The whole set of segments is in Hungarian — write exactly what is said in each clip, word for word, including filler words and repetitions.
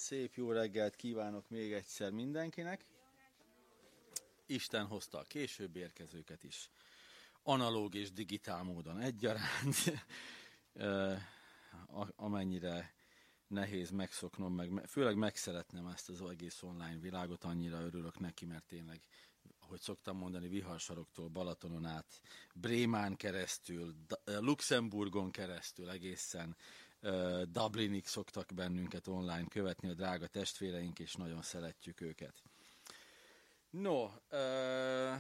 Szép jó reggelt kívánok még egyszer mindenkinek. Isten hozta a később érkezőket is. Analóg és digitál módon egyaránt. Amennyire nehéz megszoknom, meg, főleg megszeretnem ezt az egész online világot, annyira örülök neki, mert tényleg, ahogy szoktam mondani, Viharsaroktól Balatonon át, Brémán keresztül, Luxemburgon keresztül egészen Dublinig szoktak bennünket online követni a drága testvéreink, és nagyon szeretjük őket. No, uh,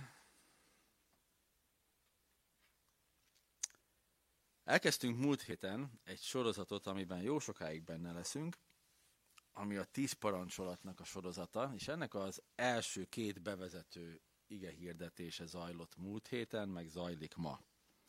elkezdtünk múlt héten egy sorozatot, amiben jó sokáig benne leszünk, ami a tíz parancsolatnak a sorozata, és ennek az első két bevezető ige hirdetése zajlott múlt héten, meg zajlik ma.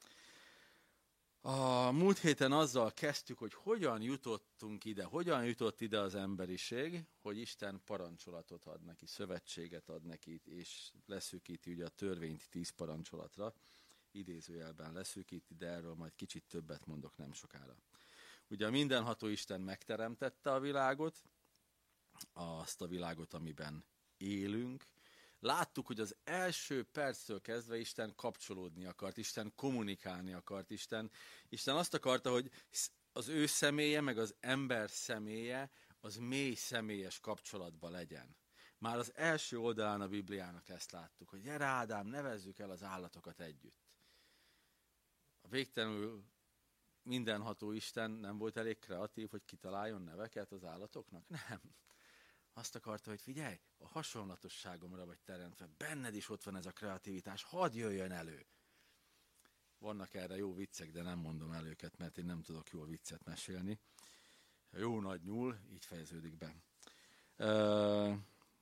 A múlt héten azzal kezdtük, hogy hogyan jutottunk ide, hogyan jutott ide az emberiség, hogy Isten parancsolatot ad neki, szövetséget ad neki, és leszűkíti ugye a törvényt tíz parancsolatra, idézőjelben leszűkíti, de erről majd kicsit többet mondok nem sokára. Ugye a mindenható Isten megteremtette a világot, azt a világot, amiben élünk. Láttuk, hogy az első perctől kezdve Isten kapcsolódni akart, Isten kommunikálni akart, Isten, Isten azt akarta, hogy az ő személye, meg az ember személye, az mély személyes kapcsolatban legyen. Már az első oldalán a Bibliának ezt láttuk, hogy gyere Ádám, nevezzük el az állatokat együtt. A végtelenül mindenható Isten nem volt elég kreatív, hogy kitaláljon neveket az állatoknak? Nem. Azt akarta, hogy figyelj, a hasonlatosságomra vagy teremtve, benned is ott van ez a kreativitás, hadd jöjjön elő. Vannak erre jó viccek, de nem mondom el őket, mert én nem tudok jól viccet mesélni. Jó nagy nyúl, így fejeződik be. Uh,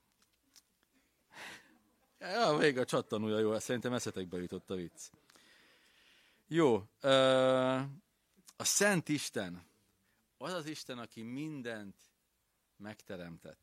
ja, még a csattanúja jó, szerintem eszetekbe jutott a vicc. Jó, uh, a Szent Isten, az az Isten, aki mindent megteremtett.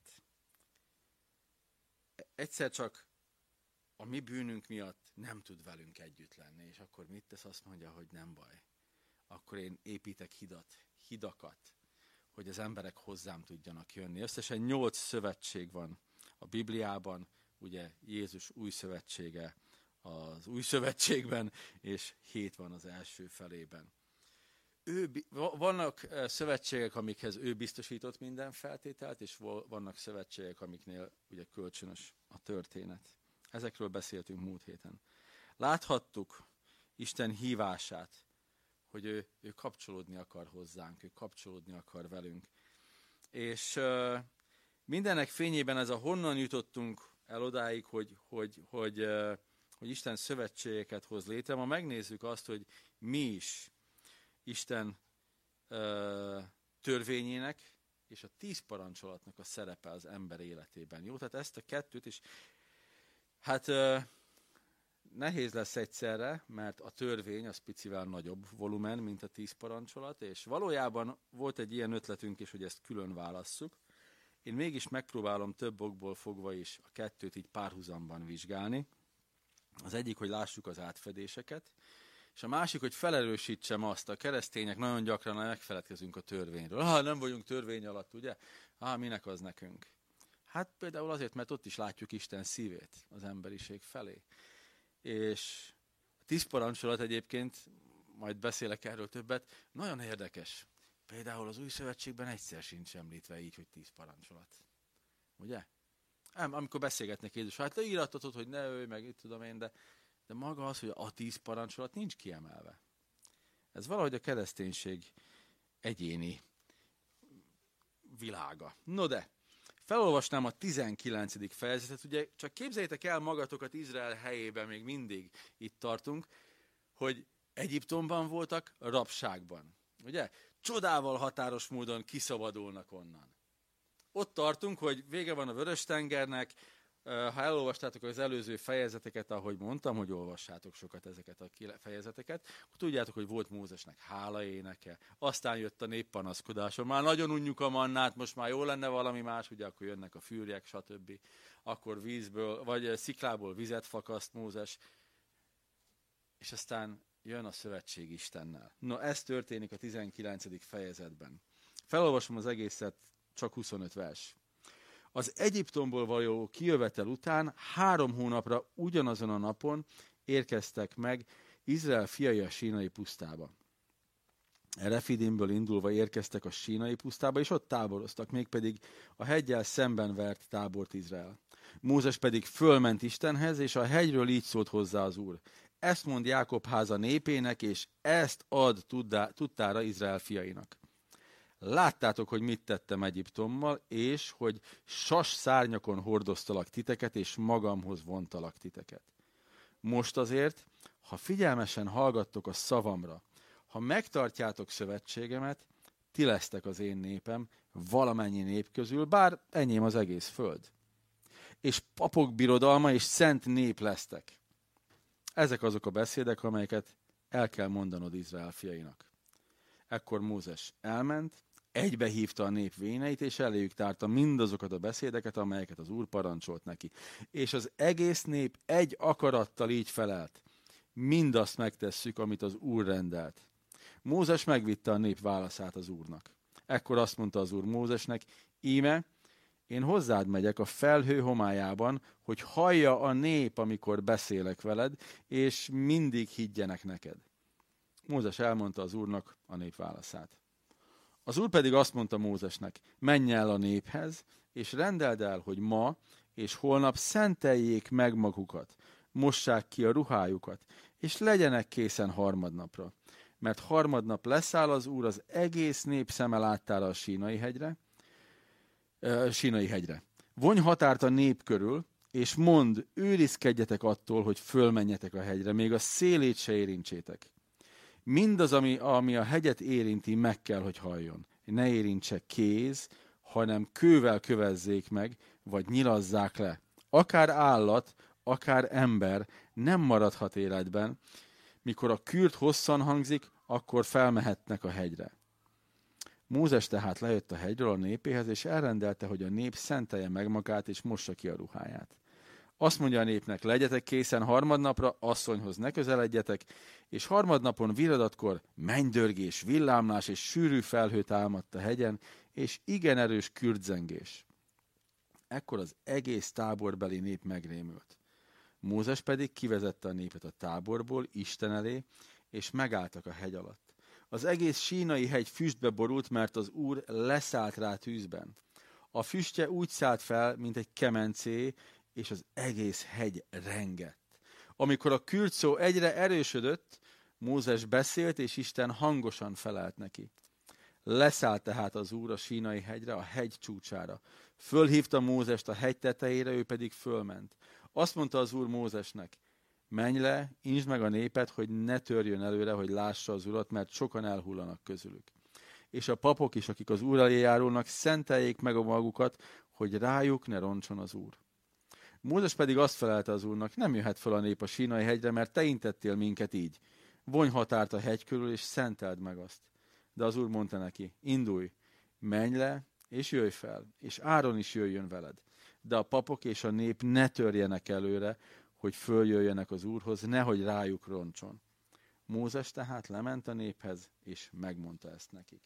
Egyszer csak a mi bűnünk miatt nem tud velünk együtt lenni, és akkor mit tesz? Azt mondja, hogy nem baj. Akkor én építek hidat, hidakat, hogy az emberek hozzám tudjanak jönni. Összesen nyolc szövetség van a Bibliában, ugye Jézus új szövetsége az új szövetségben, és hét van az első felében. Ő, vannak szövetségek, amikhez ő biztosított minden feltételt, és vannak szövetségek, amiknél ugye kölcsönös a történet. Ezekről beszéltünk múlt héten. Láthattuk Isten hívását, hogy ő, ő kapcsolódni akar hozzánk, ő kapcsolódni akar velünk. És uh, mindennek fényében ez a honnan jutottunk el odáig, hogy, hogy, hogy, uh, hogy Isten szövetségeket hoz létre. Ma megnézzük azt, hogy mi is Isten uh, törvényének és a tíz parancsolatnak a szerepe az ember életében. Jó, tehát ezt a kettőt is, hát uh, nehéz lesz egyszerre, mert a törvény az picivel nagyobb volumen, mint a tíz parancsolat, és valójában volt egy ilyen ötletünk is, hogy ezt külön válasszuk. Én mégis megpróbálom több okból fogva is a kettőt így párhuzamban vizsgálni. Az egyik, hogy lássuk az átfedéseket, és a másik, hogy felerősítsem azt, a keresztények nagyon gyakran megfeledkezünk a törvényről. Ah, nem vagyunk törvény alatt, ugye? Ah, minek az nekünk? Hát például azért, mert ott is látjuk Isten szívét az emberiség felé. És a tíz parancsolat egyébként, majd beszélek erről többet, nagyon érdekes. Például az új szövetségben egyszer sincs említve így, hogy tíz parancsolat. Ugye? Nem, amikor beszélgetnek Jézus, hát íratotot, hogy ne ölj meg, itt tudom én, de, de maga az, hogy a tíz parancsolat nincs kiemelve. Ez valahogy a kereszténység egyéni világa. No de, felolvasnám a tizenkilencedik fejezetet, ugye csak képzeljétek el magatokat Izrael helyében, még mindig itt tartunk, hogy Egyiptomban voltak, rabságban. Ugye? Csodával határos módon kiszabadulnak onnan. Ott tartunk, hogy vége van a Vörös-tengernek, ha elolvastátok az előző fejezeteket, ahogy mondtam, hogy olvassátok sokat ezeket a fejezeteket, akkor tudjátok, hogy volt Mózesnek hálaéneke, aztán jött a nép panaszkodása, már nagyon unjuk a mannát, most már jó lenne valami más, ugye akkor jönnek a fűrjek, stb. Akkor vízből, vagy sziklából vizet fakaszt Mózes, és aztán jön a szövetség Istennel. No, ez történik a tizenkilencedik fejezetben. Felolvasom az egészet, csak huszonöt vers. Az Egyiptomból való kijövetel után három hónapra ugyanazon a napon érkeztek meg Izrael fiai a sínai pusztába. Refidimből indulva érkeztek a sínai pusztába, és ott táboroztak, mégpedig a heggyel szemben vert tábort Izrael. Mózes pedig fölment Istenhez, és a hegyről így szólt hozzá az Úr. Ezt mond Jákob háza népének, és ezt ad tudtára Izrael fiainak. Láttátok, hogy mit tettem Egyiptommal, és hogy sas szárnyakon hordoztalak titeket, és magamhoz vontalak titeket. Most azért, ha figyelmesen hallgattok a szavamra, ha megtartjátok szövetségemet, ti lesztek az én népem, valamennyi nép közül, bár enyém az egész föld. És papok birodalma és szent nép lesztek. Ezek azok a beszédek, amelyeket el kell mondanod Izrael fiainak. Ekkor Mózes elment, egybehívta a nép véneit, és eléjük tárta mindazokat a beszédeket, amelyeket az Úr parancsolt neki. És az egész nép egy akarattal így felelt. Mindazt megtesszük, amit az Úr rendelt. Mózes megvitte a nép válaszát az Úrnak. Ekkor azt mondta az Úr Mózesnek, íme, én hozzád megyek a felhő homályában, hogy hallja a nép, amikor beszélek veled, és mindig higgyenek neked. Mózes elmondta az Úrnak a nép válaszát. Az Úr pedig azt mondta Mózesnek, menj el a néphez, és rendeld el, hogy ma és holnap szenteljék meg magukat, mossák ki a ruhájukat, és legyenek készen harmadnapra. Mert harmadnap leszáll az Úr az egész nép szeme láttára a Sínai hegyre, uh, Sínai hegyre. Vonj határt a nép körül, és mondd, őrizkedjetek attól, hogy fölmenjetek a hegyre, még a szélét se érintsétek. Mindaz, ami, ami a hegyet érinti, meg kell, hogy halljon. Ne érintse kéz, hanem kővel kövezzék meg, vagy nyilazzák le. Akár állat, akár ember nem maradhat életben. Mikor a kürt hosszan hangzik, akkor felmehetnek a hegyre. Mózes tehát lejött a hegyről a népéhez, és elrendelte, hogy a nép szentelje meg magát, és mossa ki a ruháját. Azt mondja a népnek, legyetek készen harmadnapra, asszonyhoz ne közeledjetek, és harmadnapon viradatkor mennydörgés, villámlás és sűrű felhő támadt a hegyen, és igen erős kürtzengés. Ekkor az egész táborbeli nép megrémült. Mózes pedig kivezette a népet a táborból Isten elé, és megálltak a hegy alatt. Az egész Sínai hegy füstbe borult, mert az Úr leszállt rá tűzben. A füstje úgy szállt fel, mint egy kemencé, és az egész hegy rengett. Amikor a kürtszó egyre erősödött, Mózes beszélt, és Isten hangosan felelt neki. Leszállt tehát az Úr a Sínai hegyre, a hegy csúcsára. Fölhívta Mózest a hegy tetejére, ő pedig fölment. Azt mondta az Úr Mózesnek, menj le, intsd meg a népet, hogy ne törjön előre, hogy lássa az Urat, mert sokan elhullanak közülük. És a papok is, akik az Úr elé járulnak, szenteljék meg a magukat, hogy rájuk ne roncson az Úr. Mózes pedig azt felelte az Úrnak, nem jöhet fel a nép a Sínai hegyre, mert te intettél minket így. Vonj határt a hegy körül, és szenteld meg azt. De az Úr mondta neki, indulj, menj le, és jöjj fel, és Áron is jöjjön veled. De a papok és a nép ne törjenek előre, hogy följöjjenek az Úrhoz, nehogy rájuk roncson. Mózes tehát lement a néphez, és megmondta ezt nekik.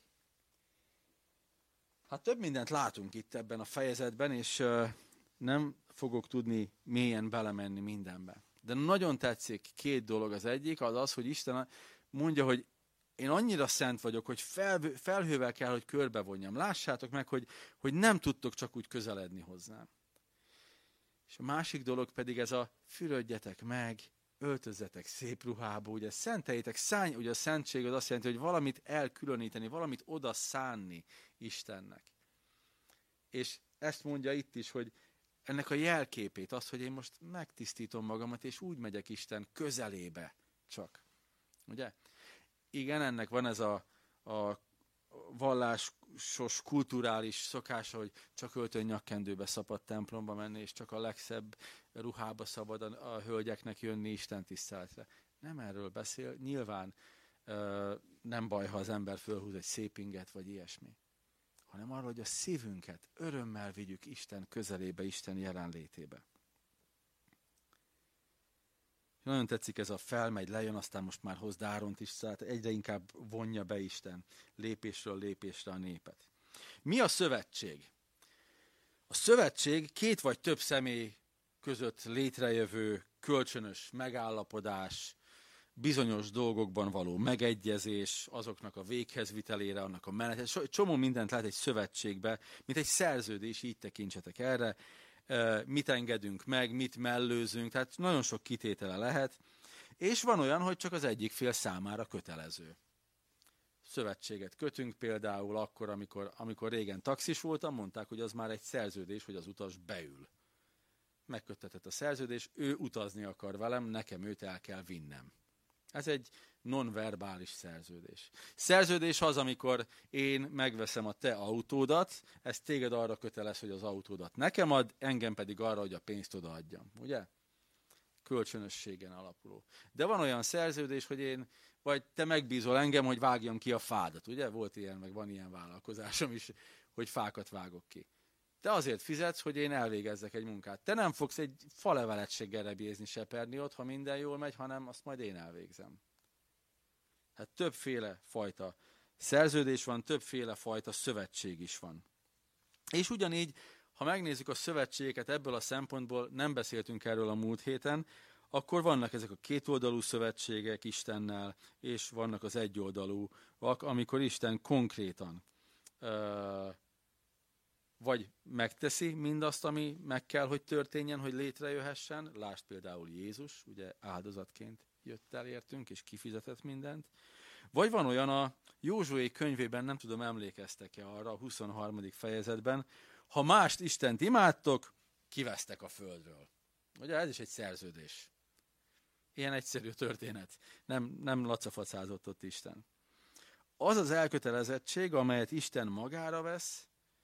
Hát több mindent látunk itt ebben a fejezetben, és uh, nem fogok tudni mélyen belemenni mindenbe. De nagyon tetszik két dolog. Az egyik az az, hogy Isten mondja, hogy én annyira szent vagyok, hogy fel, felhővel kell, hogy körbevonjam. Lássátok meg, hogy, hogy nem tudtok csak úgy közeledni hozzám. És a másik dolog pedig ez a fürödjetek meg, öltözzetek szép ruhába, ugye szenteljétek, szánj, ugye a szentség az azt jelenti, hogy valamit elkülöníteni, valamit oda szánni Istennek. És ezt mondja itt is, hogy ennek a jelképét, az, hogy én most megtisztítom magamat, és úgy megyek Isten közelébe csak. Ugye? Igen, ennek van ez a, a vallásos, kulturális szokása, hogy csak öltön nyakkendőbe szabad templomba menni, és csak a legszebb ruhába szabad a, a hölgyeknek jönni Isten tiszteletre. Nem erről beszél, nyilván ö, nem baj, ha az ember fölhúz egy szép inget, vagy ilyesmi, hanem arról, hogy a szívünket örömmel vigyük Isten közelébe, Isten jelenlétébe. Nagyon tetszik ez a felmegy, lejön, aztán most már hozd Áront is, tehát egyre inkább vonja be Isten lépésről lépésre a népet. Mi a szövetség? A szövetség két vagy több személy között létrejövő kölcsönös megállapodás, bizonyos dolgokban való megegyezés, azoknak a véghezvitelére, annak a menetet. Csomó mindent lát egy szövetségbe, mint egy szerződés, így tekintsetek erre. Mit engedünk meg, mit mellőzünk, tehát nagyon sok kitétele lehet. És van olyan, hogy csak az egyik fél számára kötelező. Szövetséget kötünk például akkor, amikor, amikor régen taxis voltam, mondták, hogy az már egy szerződés, hogy az utas beül. Megköttetett a szerződés, ő utazni akar velem, nekem őt el kell vinnem. Ez egy nonverbális szerződés. Szerződés az, amikor én megveszem a te autódat, ez téged arra kötelez, hogy az autódat nekem ad, engem pedig arra, hogy a pénzt odaadjam. Ugye? Kölcsönösségen alapuló. De van olyan szerződés, hogy én, vagy te megbízol engem, hogy vágjam ki a fádat. Ugye? Volt ilyen, meg van ilyen vállalkozásom is, hogy fákat vágok ki. Te azért fizetsz, hogy én elvégezzek egy munkát. Te nem fogsz egy falevelet se gerebézni, seperni ott, ha minden jól megy, hanem azt majd én elvégzem. Hát többféle fajta szerződés van, többféle fajta szövetség is van. És ugyanígy, ha megnézzük a szövetségeket ebből a szempontból, nem beszéltünk erről a múlt héten, akkor vannak ezek a kétoldalú szövetségek Istennel, és vannak az egyoldalúak, amikor Isten konkrétan uh, vagy megteszi mindazt, ami meg kell, hogy történjen, hogy létrejöhessen. Lásd például Jézus, ugye áldozatként jött el értünk, és kifizetett mindent. Vagy van olyan a Józsué könyvében, nem tudom, emlékeztek-e arra, a huszonharmadik fejezetben, ha mást Istent imádtok, kivesztek a földről. Ugye ez is egy szerződés. Ilyen egyszerű történet. Nem, nem lacafacázott ott Isten. Az az elkötelezettség, amelyet Isten magára vesz,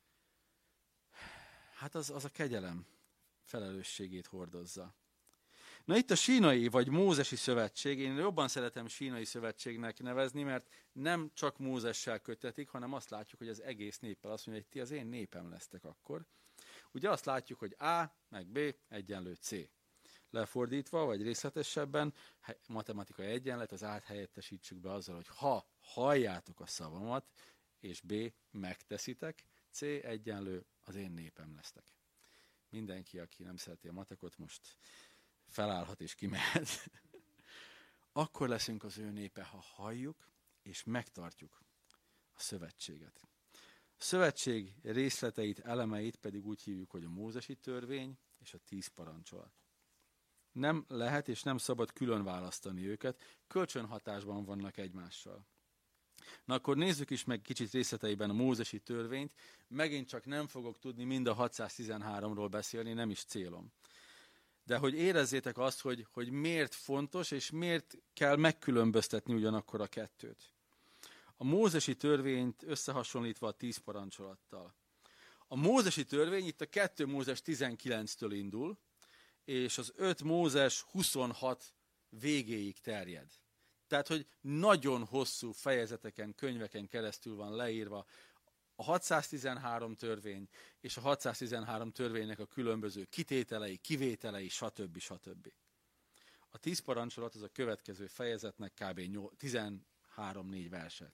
hát az, az a kegyelem felelősségét hordozza. Na itt a sínai vagy mózesi szövetség, én jobban szeretem sínai szövetségnek nevezni, mert nem csak Mózessel kötetik, hanem azt látjuk, hogy az egész néppel azt mondja, hogy ti az én népem lesztek akkor. Ugye azt látjuk, hogy A meg B egyenlő C. Lefordítva, vagy részletesebben, matematikai egyenlet, az át helyettesítsük be azzal, hogy ha halljátok a szavamat, és B megteszitek, C egyenlő az én népem lesztek. Mindenki, aki nem szereti a matekot, most felállhat és kimehet. Akkor leszünk az ő népe, ha halljuk és megtartjuk a szövetséget. A szövetség részleteit, elemeit pedig úgy hívjuk, hogy a mózesi törvény és a tíz parancsolat. Nem lehet és nem szabad külön választani őket, kölcsönhatásban vannak egymással. Na akkor nézzük is meg kicsit részleteiben a mózesi törvényt. Megint csak nem fogok tudni mind a hatszáztizenháromról beszélni, nem is célom. De hogy érezzétek azt, hogy, hogy miért fontos, és miért kell megkülönböztetni ugyanakkor a kettőt. A mózesi törvényt összehasonlítva a tíz parancsolattal. A mózesi törvény itt a kettő Mózes tizenkilenctől indul, és az öt Mózes huszonhat végéig terjed. Tehát, hogy nagyon hosszú fejezeteken, könyveken keresztül van leírva a hatszáztizenhárom törvény, és a hatszáztizenhárom törvénynek a különböző kitételei, kivételei, stb. stb. A tíz parancsolat az a következő fejezetnek kb. tizenhárom négy verse.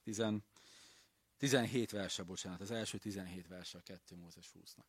tizenhét verse, bocsánat, az első tizenhét verse a kettő Mózes húsznak.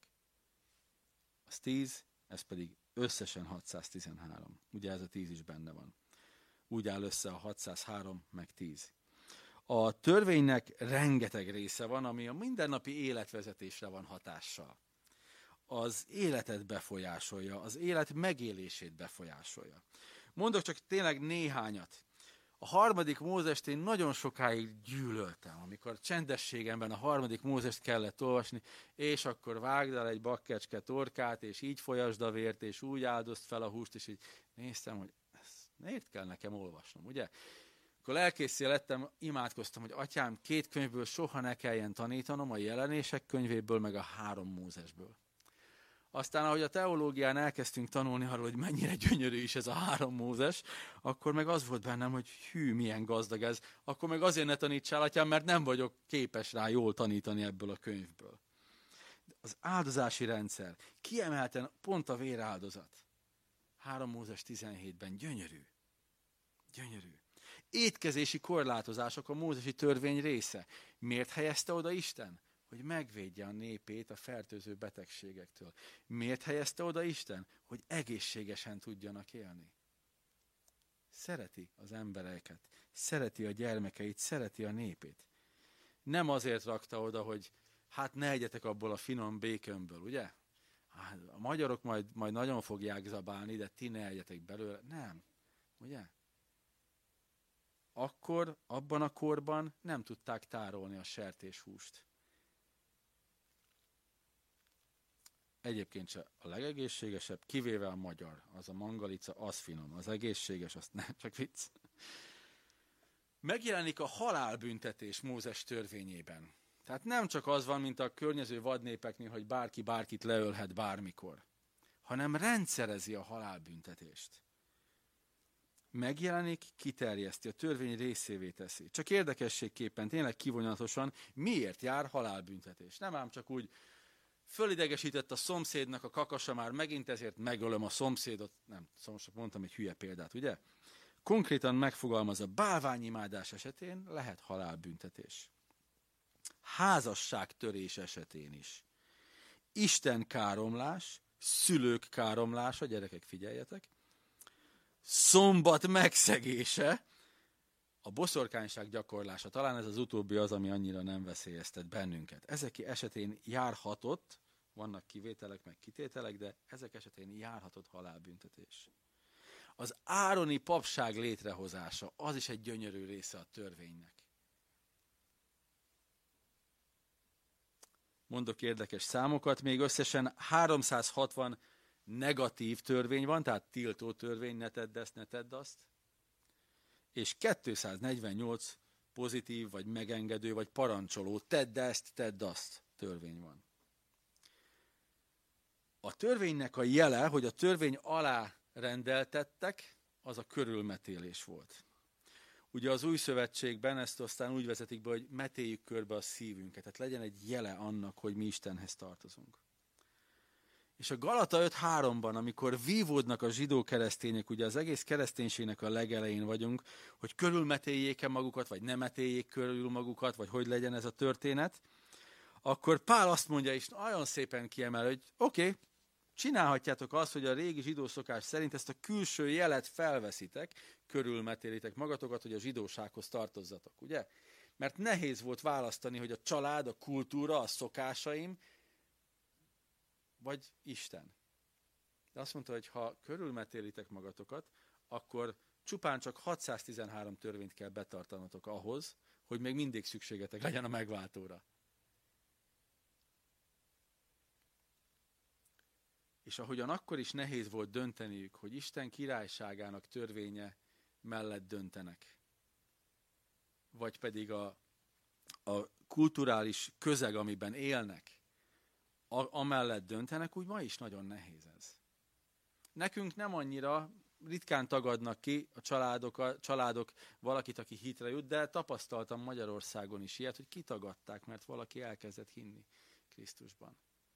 Az tíz, ez pedig összesen hatszáztizenhárom. Ugye ez a tíz is benne van. Úgy áll össze a hatszázhárom meg tíz. A törvénynek rengeteg része van, ami a mindennapi életvezetésre van hatással. Az életet befolyásolja, az élet megélését befolyásolja. Mondok csak tényleg néhányat. A harmadik Mózest én nagyon sokáig gyűlöltem, amikor csendességemben a harmadik Mózest kellett olvasni, és akkor vágd el egy bakkecske torkát, és így folyasd a vért, és úgy áldozd fel a húst, és így néztem, hogy ezt miért kell nekem olvasnom, ugye? Akkor lelkészé lettem, imádkoztam, hogy atyám, két könyvből soha ne kelljen tanítanom, a jelenések könyvéből, meg a három Mózesből. Aztán, ahogy a teológián elkezdtünk tanulni arról, hogy mennyire gyönyörű is ez a három Mózes, akkor meg az volt bennem, hogy hű, milyen gazdag ez. Akkor meg azért ne tanítsál, atyám, mert nem vagyok képes rá jól tanítani ebből a könyvből. Az áldozási rendszer, kiemelten pont a véráldozat. három Mózes tizenhétben gyönyörű. Gyönyörű. Étkezési korlátozások a mózesi törvény része. Miért helyezte oda Isten? hogy megvédje a népét a fertőző betegségektől. Miért helyezte oda Isten? Hogy egészségesen tudjanak élni. Szereti az embereket, szereti a gyermekeit, szereti a népét. Nem azért rakta oda, hogy hát ne egyetek abból a finom békönből, ugye? Hát a magyarok majd, majd nagyon fogják zabálni, de ti ne egyetek belőle. Nem, ugye? Akkor, abban a korban nem tudták tárolni a sertéshúst. Egyébként se a legegészségesebb, kivéve a magyar. Az a mangalica, az finom. Az egészséges, azt nem, csak vicc. Megjelenik a halálbüntetés Mózes törvényében. Tehát nem csak az van, mint a környező vadnépeknél, hogy bárki bárkit leölhet bármikor, hanem rendszerezi a halálbüntetést. Megjelenik, kiterjeszti, a törvény részévé teszi. Csak érdekességképpen, tényleg kivonatosan, miért jár halálbüntetés? Nem ám csak úgy fölidegesített a szomszédnak a kakasa, már megint ezért megölöm a szomszédot. Nem, szóval mondtam egy hülye példát, ugye? Konkrétan megfogalmazza, bálványimádás esetén lehet halálbüntetés. Házasságtörés esetén is. Isten káromlás, szülők káromlása, gyerekek figyeljetek, szombat megszegése, a boszorkányság gyakorlása. Talán ez az utóbbi az, ami annyira nem veszélyeztet bennünket. Ezek esetén járhatott, vannak kivételek, meg kitételek, de ezek esetén járhatott halálbüntetés. Az ároni papság létrehozása, az is egy gyönyörű része a törvénynek. Mondok érdekes számokat, még összesen háromszázhatvan negatív törvény van, tehát tiltó törvény, ne tedd ezt, ne tedd azt, és kétszáznegyvennyolc pozitív, vagy megengedő, vagy parancsoló, tedd ezt, tedd azt törvény van. A törvénynek a jele, hogy a törvény alá rendeltettek, az a körülmetélés volt. Ugye az új szövetségben ezt aztán úgy vezetik be, hogy metéljük körbe a szívünket, tehát legyen egy jele annak, hogy mi Istenhez tartozunk. És a Galata öt háromban, amikor vívódnak a zsidó keresztények, ugye az egész kereszténységnek a legelején vagyunk, hogy körülmetéljék-e magukat, vagy nem metéljék körül magukat, vagy hogy legyen ez a történet, akkor Pál azt mondja, és nagyon szépen kiemel, hogy oké, okay, csinálhatjátok azt, hogy a régi zsidó szokás szerint ezt a külső jelet felveszitek, körülmetélitek magatokat, hogy a zsidósághoz tartozzatok, ugye? Mert nehéz volt választani, hogy a család, a kultúra, a szokásaim, vagy Isten. De azt mondta, hogy ha körülmetélitek magatokat, akkor csupán csak hatszáztizenhárom törvényt kell betartanatok ahhoz, hogy még mindig szükségetek legyen a megváltóra. És ahogyan akkor is nehéz volt dönteniük, hogy Isten királyságának törvénye mellett döntenek, vagy pedig a, a kulturális közeg, amiben élnek, a, amellett döntenek, úgy ma is nagyon nehéz ez. Nekünk nem annyira, ritkán tagadnak ki a családok, a családok valakit, aki hitre jut, de tapasztaltam Magyarországon is ilyet, hogy kitagadták, mert valaki elkezdett hinni Krisztusban.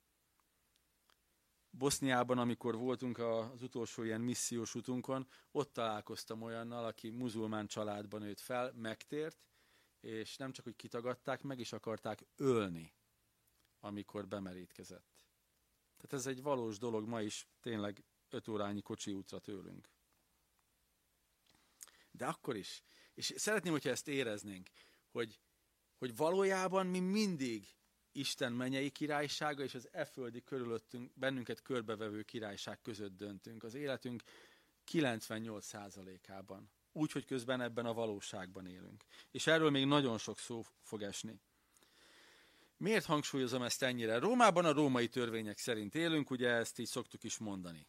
Boszniában, amikor voltunk az utolsó ilyen missziós utunkon, ott találkoztam olyannal, aki muzulmán családban nőtt fel, megtért, és nem csak, hogy kitagadták, meg is akarták ölni, amikor bemerítkezett. Tehát ez egy valós dolog, ma is tényleg öt órányi kocsi útra tőlünk. De akkor is. És szeretném, hogyha ezt éreznénk, hogy, hogy valójában mi mindig Isten mennyei királysága és az e földi körülöttünk, bennünket körbevevő királyság között döntünk. Az életünk kilencvennyolc százalékában. Úgy, hogy közben ebben a valóságban élünk. És erről még nagyon sok szó fog esni. Miért hangsúlyozom ezt ennyire? Rómában a római törvények szerint élünk, ugye ezt így szoktuk is mondani.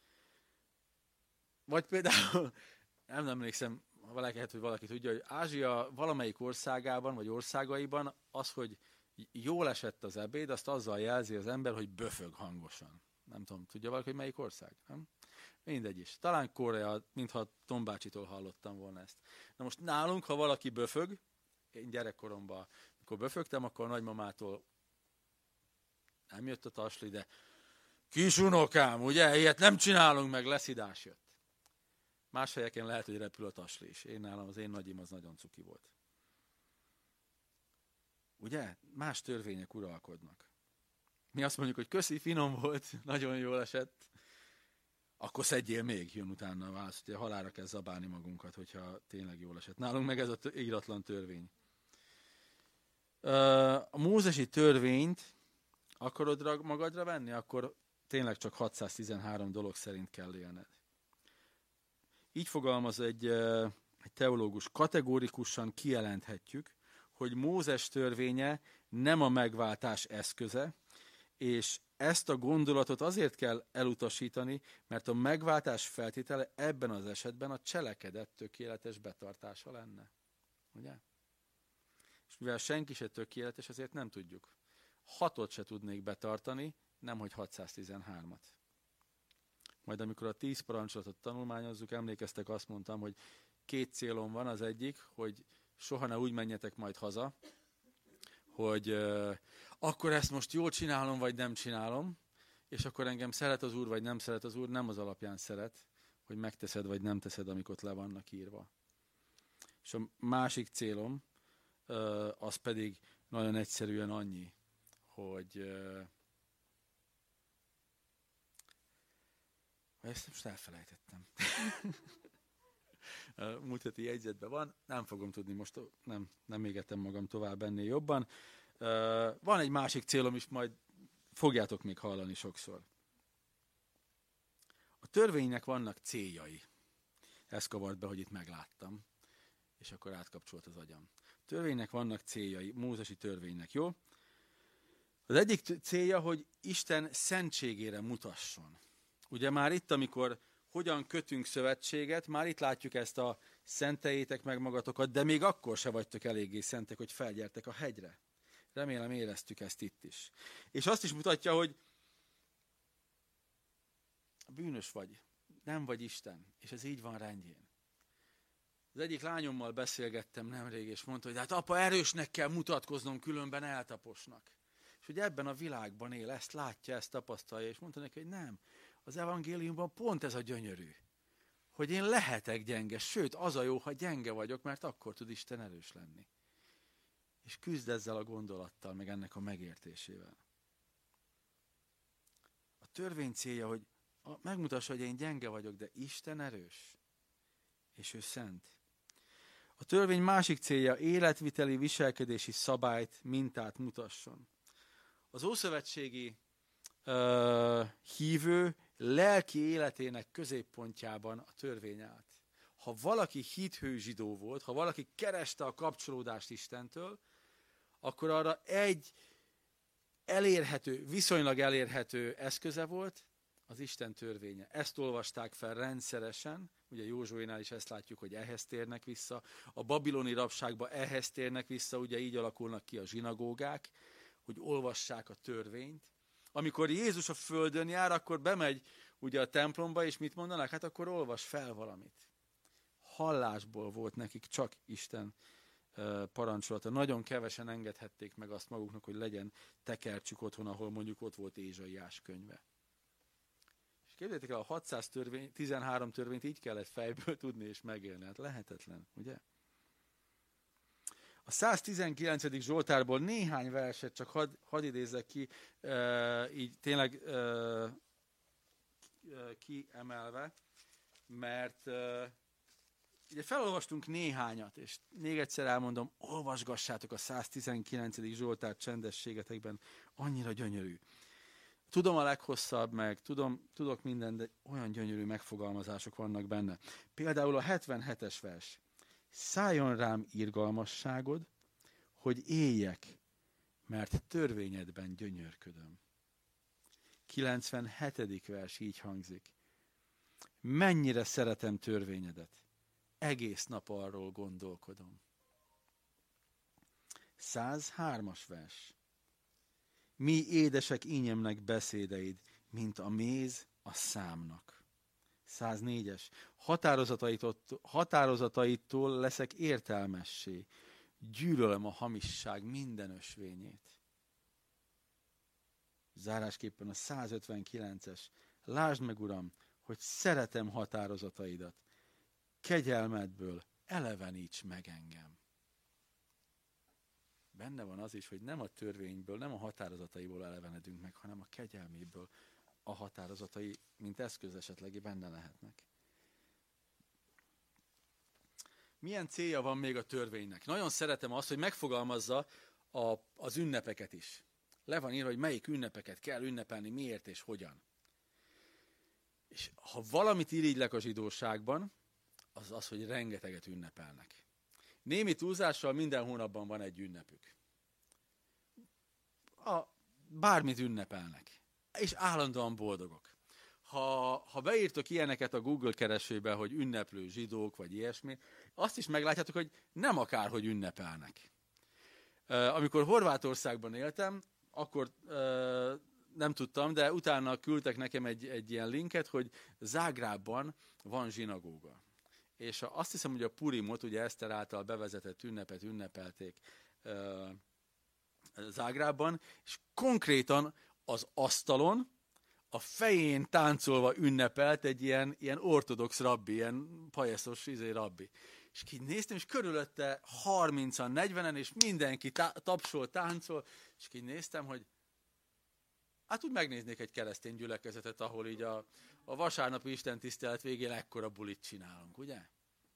Vagy például, nem emlékszem, valaki, lehet, hogy valaki tudja, hogy Ázsia valamelyik országában, vagy országaiban az, hogy jól esett az ebéd, azt azzal jelzi az ember, hogy böfög hangosan. Nem tudom, tudja valaki, hogy melyik ország? Nem? Mindegy is. Talán Korea, mintha Tom bácsitól hallottam volna ezt. Na most nálunk, ha valaki böfög, én gyerekkoromban, amikor böfögtem, akkor a nagymamától nem jött a tasli, de kis unokám, ugye, ilyet nem csinálunk meg, leszidás jött. Más helyeken lehet, hogy repül a tasli is. Én nálam, az én nagyim az nagyon cuki volt. Ugye? Más törvények uralkodnak. Mi azt mondjuk, hogy köszi, finom volt, nagyon jól esett, akkor szedjél még, jön utána a válasz, hogy halálra kell zabálni magunkat, hogyha tényleg jól esett. Nálunk meg ez a íratlan törvény. A mózesi törvényt akarod magadra venni, akkor tényleg csak hatszáztizenhárom dolog szerint kell élned. Így fogalmaz egy, egy teológus, kategórikusan kijelenthetjük, hogy Mózes törvénye nem a megváltás eszköze, és ezt a gondolatot azért kell elutasítani, mert a megváltás feltétele ebben az esetben a cselekedet tökéletes betartása lenne. Ugye? És mivel senki se tökéletes, ezért nem tudjuk. Hatot se tudnék betartani, nemhogy hatszáztizenhármat. Majd amikor a tíz parancsolatot tanulmányozzuk, emlékeztek, azt mondtam, hogy két célom van. Az egyik, hogy soha ne úgy menjetek majd haza, hogy euh, akkor ezt most jól csinálom, vagy nem csinálom, és akkor engem szeret az Úr, vagy nem szeret az Úr, nem az alapján szeret, hogy megteszed, vagy nem teszed, amik ott le vannak írva. És a másik célom, euh, az pedig nagyon egyszerűen annyi, hogy euh, ezt most elfelejtettem. Múlt heti jegyzetben van, nem fogom tudni, most nem, nem égetem magam tovább ennél jobban. Van egy másik célom is, majd fogjátok még hallani sokszor. A törvénynek vannak céljai. Ez kavart be, hogy itt megláttam, és akkor átkapcsolt az agyam. A törvénynek vannak céljai, mózesi törvénynek, jó? Az egyik célja, hogy Isten szentségére mutasson. Ugye már itt, amikor hogyan kötünk szövetséget, már itt látjuk ezt a szenteljétek meg magatokat, de még akkor se vagytok eléggé szentek, hogy felgyertek a hegyre. Remélem éreztük ezt itt is. És azt is mutatja, hogy bűnös vagy, nem vagy Isten, és ez így van rendjén. Az egyik lányommal beszélgettem nemrég, és mondta, hogy hát apa, erősnek kell mutatkoznom, különben eltaposnak. És hogy ebben a világban él, ezt látja, ezt tapasztalja, és mondta neki, hogy nem. Az evangéliumban pont ez a gyönyörű, hogy én lehetek gyenge, sőt, az a jó, ha gyenge vagyok, mert akkor tud Isten erős lenni. És küzd ezzel a gondolattal, meg ennek a megértésével. A törvény célja, hogy megmutassa, hogy én gyenge vagyok, de Isten erős, és ő szent. A törvény másik célja, életviteli, viselkedési szabályt, mintát mutasson. Az ószövetségi uh, hívő lelki életének középpontjában a törvény állt. Ha valaki hithű zsidó volt, ha valaki kereste a kapcsolódást Istentől, akkor arra egy elérhető, viszonylag elérhető eszköze volt az Isten törvénye. Ezt olvasták fel rendszeresen, ugye Józsuénál is ezt látjuk, hogy ehhez térnek vissza, a babiloni rabságba ehhez térnek vissza, ugye így alakulnak ki a zsinagógák, hogy olvassák a törvényt. Amikor Jézus a földön jár, akkor bemegy ugye a templomba, és mit mondanak? Hát akkor olvas fel valamit. Hallásból volt nekik csak Isten parancsolata. Nagyon kevesen engedhették meg azt maguknak, hogy legyen tekercsük otthon, ahol mondjuk ott volt Ézsaiás könyve. És képzeljétek el, a hatszáztizenhárom törvényt így kellett fejből tudni és megélni. Hát lehetetlen, ugye? A száztizenkilencedik Zsoltárból néhány verset csak hadd had idézzek ki, e, így tényleg e, kiemelve, mert e, ugye felolvastunk néhányat, és még egyszer elmondom, olvasgassátok a száztizenkilencedik Zsoltár csendességetekben, annyira gyönyörű. Tudom a leghosszabb, meg tudom, tudok minden, de olyan gyönyörű megfogalmazások vannak benne. Például a hetvenhetes vers. Szálljon rám irgalmasságod, hogy éljek, mert törvényedben gyönyörködöm. kilencvenhetedik vers így hangzik. Mennyire szeretem törvényedet, egész nap arról gondolkodom. százhármas vers. Mi édesek ínyemnek beszédeid, mint a méz a számnak. száznégyes. Határozataitól leszek értelmessé. Gyűlölöm a hamisság minden ösvényét. Zárásképpen a százötvenkilences. Lásd meg, Uram, hogy szeretem határozataidat. Kegyelmedből eleveníts meg engem. benne van az is, hogy nem a törvényből, nem a határozataiból elevenedünk meg, hanem a kegyelméből. A határozatai, mint eszköz esetleg benne lehetnek. Milyen célja van még a törvénynek? Nagyon szeretem azt, hogy megfogalmazza a, az ünnepeket is. Le van írva, hogy melyik ünnepeket kell ünnepelni, miért és hogyan. És ha valamit irigylek a zsidóságban, az az, hogy rengeteget ünnepelnek. Némi túlzással minden hónapban van egy ünnepük. A, bármit ünnepelnek. És állandóan boldogok. Ha, ha beírtok ilyeneket a Google keresőbe, hogy ünneplő zsidók, vagy ilyesmi, azt is meglátjátok, hogy nem akárhogy ünnepelnek. Amikor Horvátországban éltem, akkor nem tudtam, de utána küldtek nekem egy, egy ilyen linket, hogy Zágrábban van zsinagóga. És azt hiszem, hogy a Purimot, ugye Eszter által bevezetett ünnepet ünnepelték Zágrábban, és konkrétan az asztalon, a fején táncolva ünnepelt egy ilyen, ilyen ortodox rabbi, ilyen pajeszos izé rabbi. És így néztem, és körülötte harmincan, negyvenen, és mindenki tá- tapsol, táncol, és így néztem, hogy hát úgy megnéznék egy keresztény gyülekezetet, ahol így a, a vasárnapi istentisztelet végén ekkora bulit csinálunk, ugye?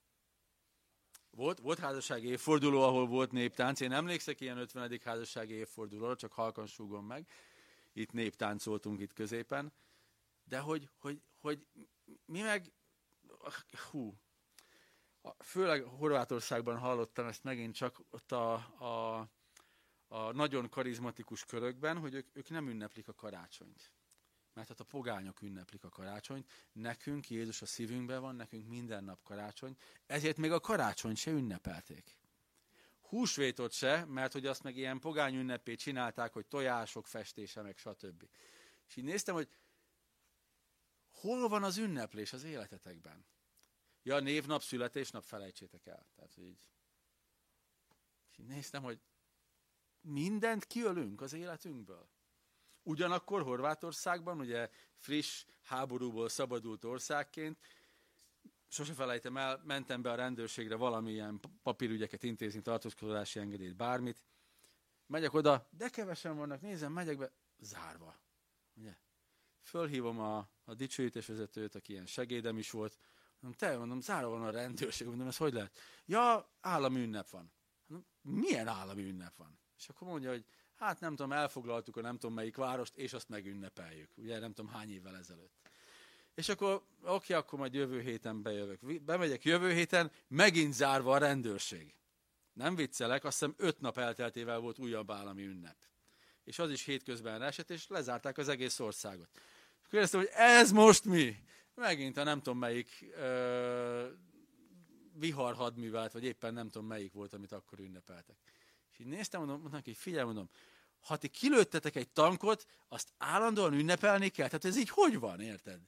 Volt, volt házassági évforduló, ahol volt néptánc. Én emlékszek ilyen ötvenedik házassági évfordulóra, csak halkan súgom meg. Itt néptáncoltunk itt középen. De hogy, hogy, hogy mi meg, hú, főleg Horvátországban hallottam ezt megint csak ott a, a, a nagyon karizmatikus körökben, hogy ők, ők nem ünneplik a karácsonyt. Mert hát a pogányok ünneplik a karácsonyt, nekünk Jézus a szívünkben van, nekünk minden nap karácsony, ezért még a karácsonyt se ünnepelték. Húsvétot se, mert hogy azt meg ilyen pogány ünnepé csinálták, hogy tojások festése, meg stb. És így néztem, hogy hol van az ünneplés az életetekben? Ja, névnap, születésnap, felejtsétek el. Tehát, hogy így. És így néztem, hogy mindent kiölünk az életünkből. Ugyanakkor Horvátországban, ugye friss háborúból szabadult országként, sose felejtem el, mentem be a rendőrségre valamilyen papírügyeket intézni, tartózkodási engedélyt, bármit. Megyek oda, de kevesen vannak, nézem, megyek be, zárva. Ugye? Fölhívom a, a dicsőítésvezetőt, aki ilyen segédem is volt. Mondom, te, mondom, zárva van a rendőrség. Mondom, ez hogy lehet? Ja, állami ünnep van. Mondom, milyen állami ünnep van? És akkor mondja, hogy hát nem tudom, elfoglaltuk a nem tudom melyik várost, és azt megünnepeljük. Ugye nem tudom hány évvel ezelőtt. És akkor, oké, akkor majd jövő héten bejövök. Bemegyek jövő héten, megint zárva a rendőrség. Nem viccelek, azt hiszem öt nap elteltével volt újabb állami ünnep. És az is hétközben esett, és lezárták az egész országot. És kérdeztem, hogy ez most mi? Megint a nem tudom melyik uh, viharhadművelt, vagy éppen nem tudom melyik volt, amit akkor ünnepeltek. És így néztem, mondom, mondom hogy figyelj, mondom, ha ti kilőttetek egy tankot, azt állandóan ünnepelni kell? Tehát ez így hogy van, érted?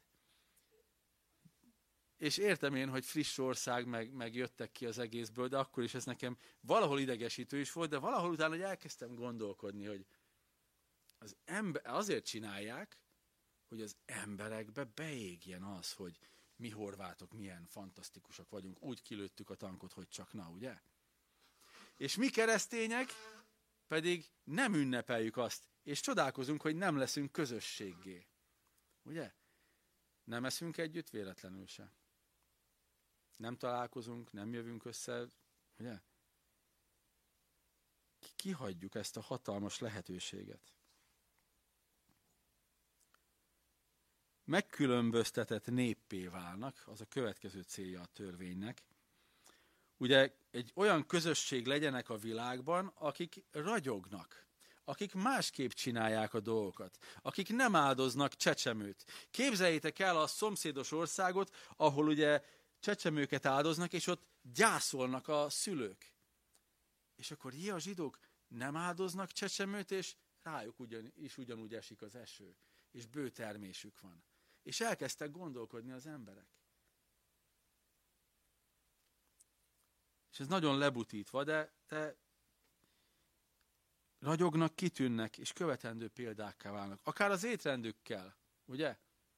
És értem én, hogy friss ország, meg, meg jöttek ki az egészből, de akkor is ez nekem valahol idegesítő is volt, de valahol utána hogy elkezdtem gondolkodni, hogy az ember, azért csinálják, hogy az emberekbe beégjen az, hogy mi horvátok milyen fantasztikusak vagyunk, úgy kilőttük a tankot, hogy csak na, ugye? És mi keresztények pedig nem ünnepeljük azt, és csodálkozunk, hogy nem leszünk közösséggé. Ugye? Nem eszünk együtt véletlenül se. Nem találkozunk, nem jövünk össze, ugye? Kihagyjuk ezt a hatalmas lehetőséget. Megkülönböztetett néppé válnak, az a következő célja a törvénynek. Ugye egy olyan közösség legyenek a világban, akik ragyognak, akik másképp csinálják a dolgokat, akik nem áldoznak csecsemőt. Képzeljétek el a szomszédos országot, ahol ugye csecsemőket áldoznak, és ott gyászolnak a szülők. És akkor jé, a zsidók nem áldoznak csecsemőt, és rájuk ugyan, is ugyanúgy esik az eső, és bő termésük van. És elkezdtek gondolkodni az emberek. És ez nagyon lebutítva, de, de ragyognak, kitűnnek, és követendő példákká válnak. Akár az étrendükkel, ugye?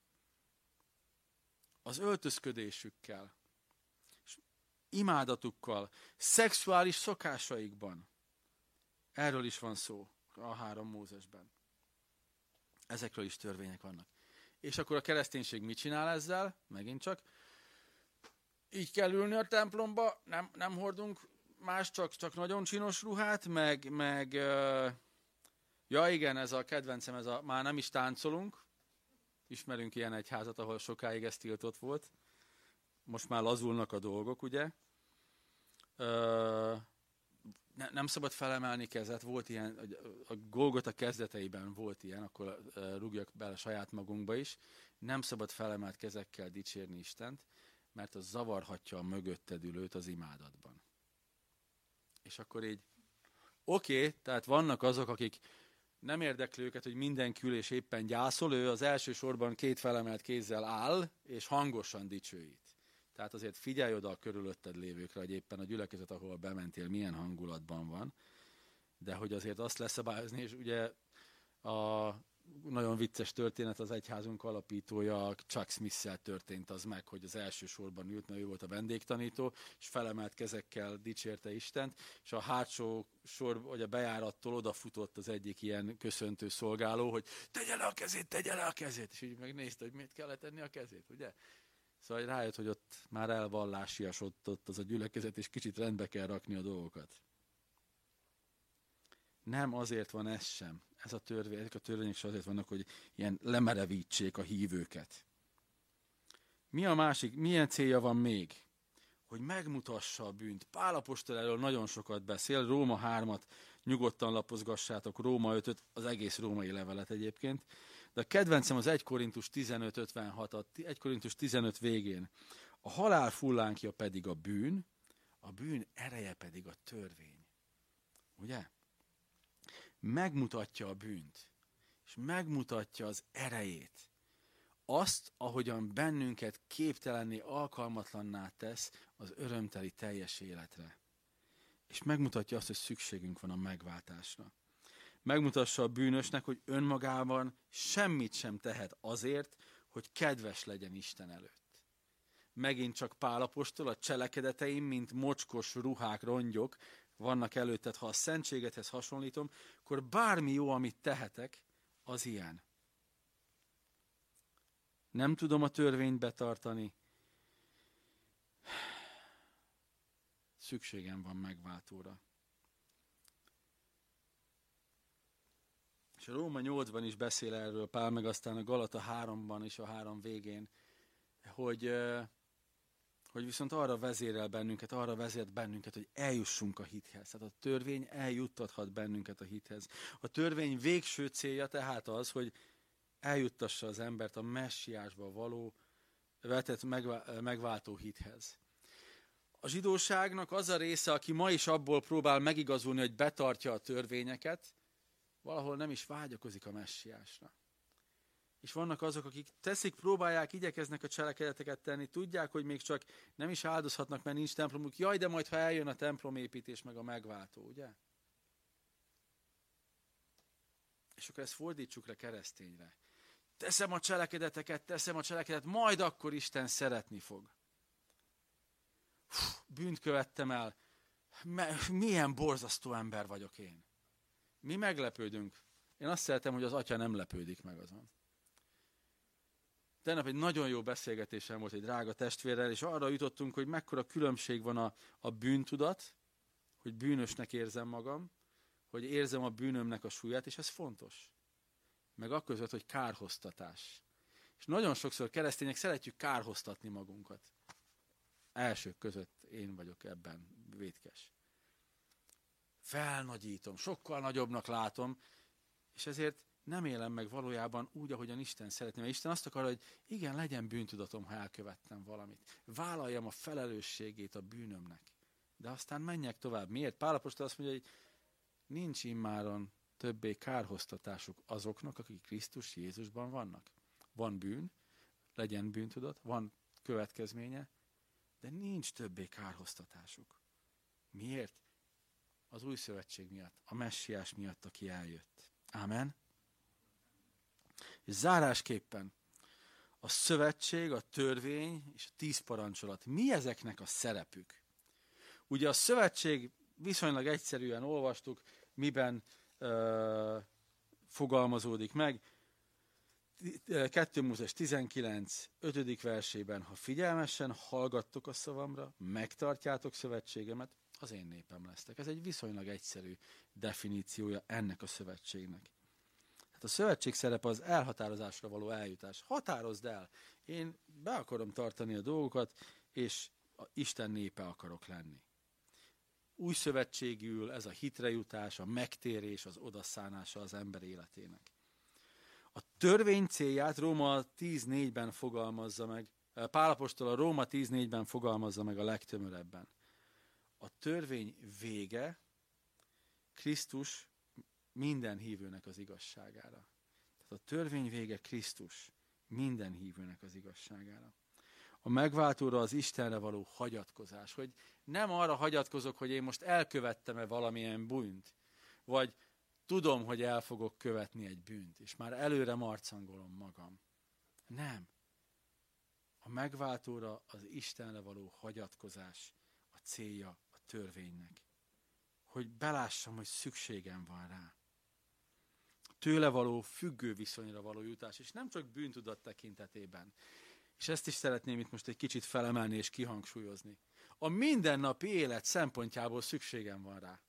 Az öltözködésükkel, és imádatukkal, szexuális szokásaikban. Erről is van szó a három Mózesben. Ezekről is törvények vannak. És akkor a kereszténység mit csinál ezzel? Megint csak. Így kell ülni a templomba, nem, nem hordunk más, csak, csak nagyon csinos ruhát, meg, meg uh, ja igen, ez a kedvencem, ez a, már nem is táncolunk. Ismerünk ilyen egyházat, ahol sokáig ez tiltott volt. Most már lazulnak a dolgok, ugye? Uh, ne, nem szabad felemelni kezet, volt ilyen, a Golgota kezdeteiben volt ilyen, akkor uh, rúgjak bele saját magunkba is. Nem szabad felemelt kezekkel dicsérni Istent, mert az zavarhatja a mögötted ülőt az imádatban. És akkor így, oké, okay, tehát vannak azok, akik nem érdekli őket, hogy mindenki ül és éppen gyászol, ő az első sorban két felemelt kézzel áll, és hangosan dicsőít. Tehát azért figyelj oda a körülötted lévőkre, hogy éppen a gyülekezet, ahol bementél, milyen hangulatban van. De hogy azért azt leszabályozni, és ugye a nagyon vicces történet, az egyházunk alapítója, Chuck Smith-szel történt az meg, hogy az első sorban ült, mert ő volt a vendégtanító, és felemelt kezekkel dicsérte Istent, és a hátsó sor, vagy a bejárattól odafutott az egyik ilyen köszöntő szolgáló, hogy tegye le a kezét, tegye le a kezét, és így megnézte, hogy miért kellett tenni a kezét, ugye? Szóval rájött, hogy ott már elvallásiasodott az a gyülekezet, és kicsit rendbe kell rakni a dolgokat. Nem azért van ez sem. Ez a törvény, ezek a törvények is azért vannak, hogy ilyen lemerevítsék a hívőket. Mi a másik, milyen célja van még? Hogy megmutassa a bűnt. Pál apostol erről nagyon sokat beszél, Róma hármat nyugodtan lapozgassátok, Róma ötöt, az egész római levelet egyébként. De a kedvencem az egy Korintus tizenöt ötvenhat, egy Korintus tizenöt végén. A halál fullánkja pedig a bűn, a bűn ereje pedig a törvény. Ugye? Megmutatja a bűnt, és megmutatja az erejét. Azt, ahogyan bennünket képtelenné, alkalmatlanná tesz az örömteli teljes életre. És megmutatja azt, hogy szükségünk van a megváltásra. Megmutassa a bűnösnek, hogy önmagában semmit sem tehet azért, hogy kedves legyen Isten előtt. Megint csak Pál apostol, a cselekedeteim, mint mocskos ruhák, rongyok, vannak előtted, ha a szentségethez hasonlítom, akkor bármi jó, amit tehetek, az ilyen. Nem tudom a törvényt betartani. Szükségem van megváltóra. És a Róma nyolcban is beszél erről Pál, meg aztán a Galata háromban is, a három végén, hogy... hogy viszont arra vezérel bennünket, arra vezért bennünket, hogy eljussunk a hithez. Tehát a törvény eljuttathat bennünket a hithez. A törvény végső célja tehát az, hogy eljuttassa az embert a messiásba való vetett megváltó hithez. A zsidóságnak az a része, aki ma is abból próbál megigazulni, hogy betartja a törvényeket, valahol nem is vágyakozik a messiásra. És vannak azok, akik teszik, próbálják, igyekeznek a cselekedeteket tenni, tudják, hogy még csak nem is áldozhatnak, mert nincs templomuk. Jaj, de majd, ha eljön a templomépítés, meg a megváltó, ugye? És akkor ezt fordítsuk le keresztényre. Teszem a cselekedeteket, teszem a cselekedet, majd akkor Isten szeretni fog. Hú, bűnt követtem el. Milyen borzasztó ember vagyok én. Mi meglepődünk. Én azt szeretem, hogy az atya nem lepődik meg azon. Tegnap egy nagyon jó beszélgetésem volt egy drága testvérrel, és arra jutottunk, hogy mekkora különbség van a, a bűntudat, hogy bűnösnek érzem magam, hogy érzem a bűnömnek a súlyát, és ez fontos. Meg akközött, hogy kárhoztatás. És nagyon sokszor keresztények szeretjük kárhoztatni magunkat. Elsők között én vagyok ebben vétkes. Felnagyítom, sokkal nagyobbnak látom, és ezért nem élem meg valójában úgy, ahogyan Isten szeretné. Mert Isten azt akar, hogy igen, legyen bűntudatom, ha elkövettem valamit. Vállaljam a felelősségét a bűnömnek. De aztán menjek tovább. Miért? Pál apostol azt mondja, hogy nincs immáron többé kárhoztatásuk azoknak, akik Krisztus Jézusban vannak. Van bűn, legyen bűntudat, van következménye, de nincs többé kárhoztatásuk. Miért? Az új szövetség miatt, a messiás miatt, aki eljött. Ámen. És zárásképpen a szövetség, a törvény és a tíz parancsolat. Mi ezeknek a szerepük? Ugye a szövetség viszonylag egyszerűen olvastuk, miben ö, fogalmazódik meg. kettő Mózes tizenkilenc ötödik versében, ha figyelmesen hallgattok a szavamra, megtartjátok szövetségemet, az én népem lesztek. Ez egy viszonylag egyszerű definíciója ennek a szövetségnek. Tehát a szövetség szerepe az elhatározásra való eljutás. Határozd el, én be akarom tartani a dolgokat, és a Isten népe akarok lenni. Új szövetségül ez a hitre jutás, a megtérés, az odaszánása az ember életének. A törvény célját Róma tíz négyben fogalmazza meg, Pál apostol a Róma tíz négyben fogalmazza meg a legtömörebben. A törvény vége Krisztus minden hívőnek az igazságára. Tehát a törvény vége Krisztus minden hívőnek az igazságára. A megváltóra, az Istenre való hagyatkozás, hogy nem arra hagyatkozok, hogy én most elkövettem-e valamilyen bűnt, vagy tudom, hogy el fogok követni egy bűnt, és már előre marcangolom magam. Nem. A megváltóra, az Istenre való hagyatkozás a célja a törvénynek. Hogy belássam, hogy szükségem van rá. Tőle való függő viszonyra való jutás, és nem csak bűntudat tekintetében. És ezt is szeretném itt most egy kicsit felemelni és kihangsúlyozni. A mindennapi élet szempontjából szükségem van rá.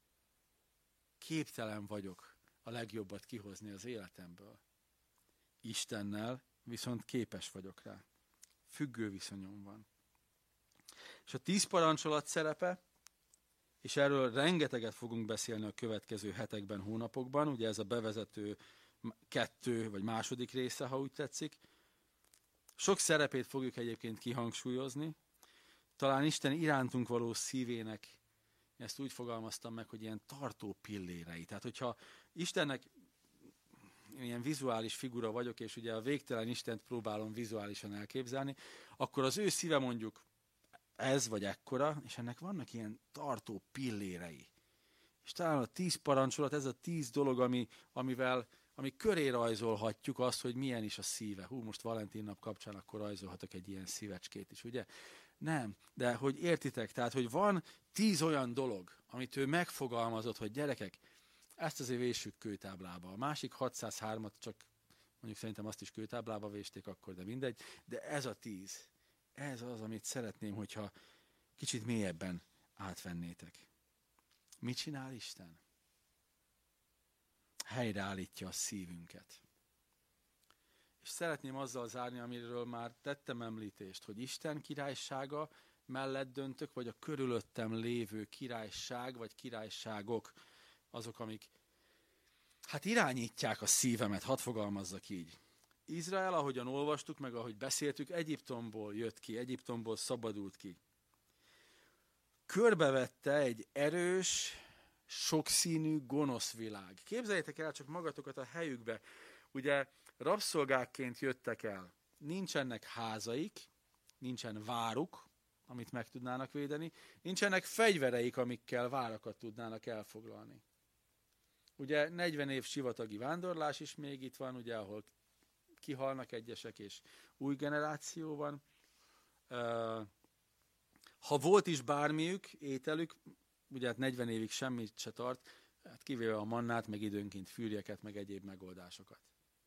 Képtelen vagyok a legjobbat kihozni az életemből. Istennel viszont képes vagyok rá. Függő viszonyom van. És a tíz parancsolat szerepe, és erről rengeteget fogunk beszélni a következő hetekben, hónapokban, ugye ez a bevezető kettő vagy második része, ha úgy tetszik. Sok szerepét fogjuk egyébként kihangsúlyozni. Talán Isten irántunk való szívének, ezt úgy fogalmaztam meg, hogy ilyen tartó pillérei. Tehát, hogyha Istennek ilyen vizuális figura vagyok, és ugye a végtelen Istent próbálom vizuálisan elképzelni, akkor az ő szíve mondjuk ez vagy ekkora, és ennek vannak ilyen tartó pillérei. És talán a tíz parancsolat, ez a tíz dolog, ami, amivel, ami köré rajzolhatjuk azt, hogy milyen is a szíve. Hú, most Valentin nap kapcsán akkor rajzolhatok egy ilyen szívecskét is, ugye? Nem, de hogy értitek, tehát, hogy van tíz olyan dolog, amit ő megfogalmazott, hogy gyerekek, ezt azért véssük kőtáblába. A másik hatszázhármat csak, mondjuk szerintem azt is kőtáblába vésték akkor, de mindegy, de ez a tíz. Ez az, amit szeretném, hogyha kicsit mélyebben átvennétek. Mit csinál Isten? Helyreállítja a szívünket. És szeretném azzal zárni, amiről már tettem említést, hogy Isten királysága mellett döntök, vagy a körülöttem lévő királyság, vagy királyságok, azok, amik hát irányítják a szívemet, hadd fogalmazzak így. Izrael, ahogyan olvastuk, meg ahogy beszéltük, Egyiptomból jött ki, Egyiptomból szabadult ki. Körbevette egy erős, sokszínű, gonosz világ. Képzeljétek el csak magatokat a helyükbe. Ugye rabszolgákként jöttek el. Nincsenek házaik, nincsen váruk, amit meg tudnának védeni, nincsenek fegyvereik, amikkel várakat tudnának elfoglalni. Ugye negyven év sivatagi vándorlás is még itt van, ugye, ahol kihalnak egyesek, és új generáció van. Ha volt is bármiük, ételük, ugye hát negyven évig semmit se tart, hát kivéve a mannát, meg időnként fűrjeket, meg egyéb megoldásokat.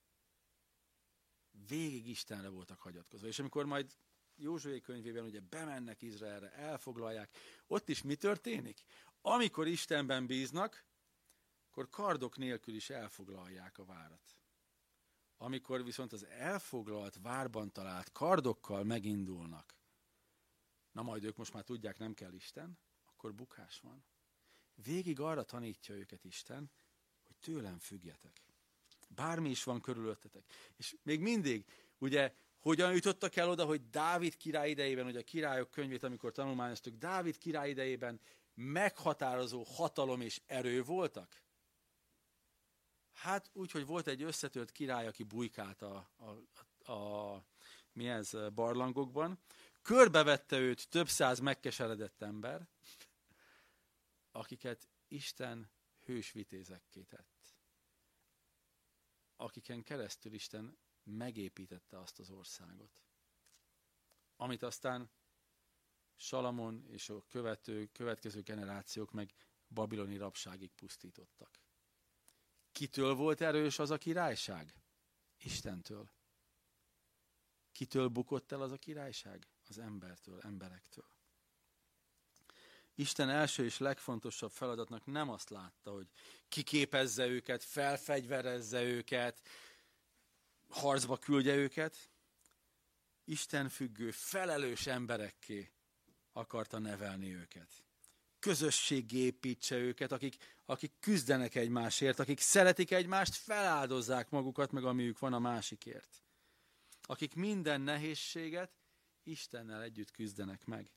Végig Istenre voltak hagyatkozva. És amikor majd Józsué könyvében ugye bemennek Izraelre, elfoglalják, ott is mi történik? Amikor Istenben bíznak, akkor kardok nélkül is elfoglalják a várat. Amikor viszont az elfoglalt várban talált kardokkal megindulnak, na majd ők most már tudják, nem kell Isten, akkor bukás van. Végig arra tanítja őket Isten, hogy tőlem függjetek. Bármi is van körülöttetek. És még mindig, ugye, hogyan jutottak el oda, hogy Dávid király idejében, hogy a királyok könyvét, amikor tanulmányoztuk, Dávid király idejében meghatározó hatalom és erő voltak? Hát úgy, hogy volt egy összetört király, aki bujkált a, a, a, a mi ez, barlangokban, körbevette őt több száz megkeseredett ember, akiket Isten hős vitézekké tett. Akiken keresztül Isten megépítette azt az országot. Amit aztán Salamon és a követő, következő generációk meg babiloni rabságig pusztítottak. Kitől volt erős az a királyság? Istentől. Kitől bukott el az a királyság? Az embertől, emberektől. Isten első és legfontosabb feladatnak nem azt látta, hogy kiképezze őket, felfegyverezze őket, harcba küldje őket. Isten függő, felelős emberekké akarta nevelni őket. Közösséggé építse őket, akik, akik küzdenek egymásért, akik szeretik egymást, feláldozzák magukat, meg amiük van a másikért. Akik minden nehézséget Istennel együtt küzdenek meg.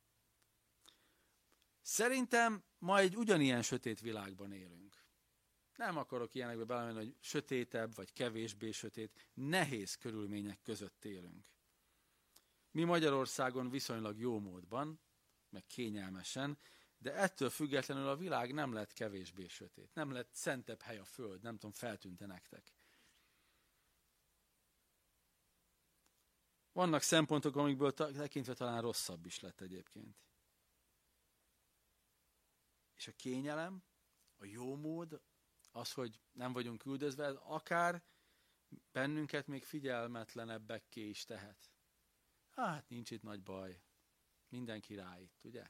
Szerintem ma egy ugyanilyen sötét világban élünk. Nem akarok ilyenekbe belemenni, hogy sötétebb vagy kevésbé sötét, nehéz körülmények között élünk. Mi Magyarországon viszonylag jó módban, meg kényelmesen, de ettől függetlenül a világ nem lett kevésbé sötét. Nem lett szentebb hely a föld, nem tudom, feltűnte nektek. Vannak szempontok, amikből tekintve talán rosszabb is lett egyébként. És a kényelem, a jó mód, az, hogy nem vagyunk üldözve, akár bennünket még figyelmetlenebbekké is tehet. Hát nincs itt nagy baj. Minden király itt, ugye?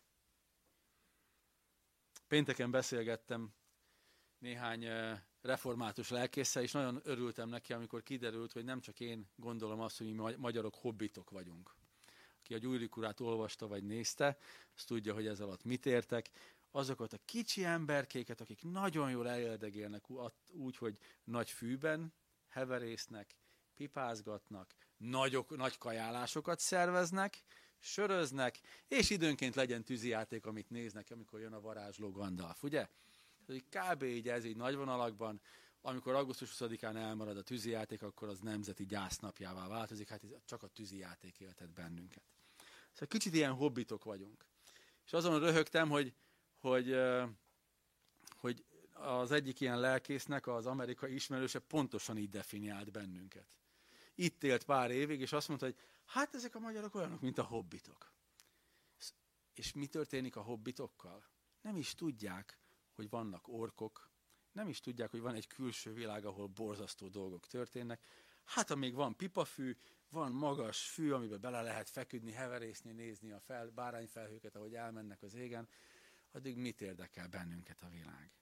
Pénteken beszélgettem néhány református lelkésszel, és nagyon örültem neki, amikor kiderült, hogy nem csak én gondolom azt, hogy mi magyarok hobbitok vagyunk. Aki a Gyurlik urát olvasta vagy nézte, az tudja, hogy ez alatt mit értek. Azokat a kicsi emberkéket, akik nagyon jól elérdegélnek úgy, hogy nagy fűben heverésznek, pipázgatnak, nagyok, nagy kajálásokat szerveznek, söröznek, és időnként legyen tűzijáték, amit néznek, amikor jön a varázsló Gandalf, ugye? Kb. Így ez így nagy vonalakban, amikor augusztus huszadikán elmarad a tűzijáték, akkor az nemzeti gyásznapjává változik, hát ez csak a tűzijáték éltet bennünket. Szóval kicsit ilyen hobbitok vagyunk. És azon röhögtem, hogy, hogy, hogy az egyik ilyen lelkésznek az amerikai ismerőse pontosan így definiált bennünket. Itt élt pár évig, és azt mondta, hogy hát ezek a magyarok olyanok, mint a hobbitok. És mi történik a hobbitokkal? Nem is tudják, hogy vannak orkok, nem is tudják, hogy van egy külső világ, ahol borzasztó dolgok történnek. Hát, amíg van pipafű, van magas fű, amiben bele lehet feküdni, heverészni, nézni a fel, bárányfelhőket, ahogy elmennek az égen, addig mit érdekel bennünket a világ?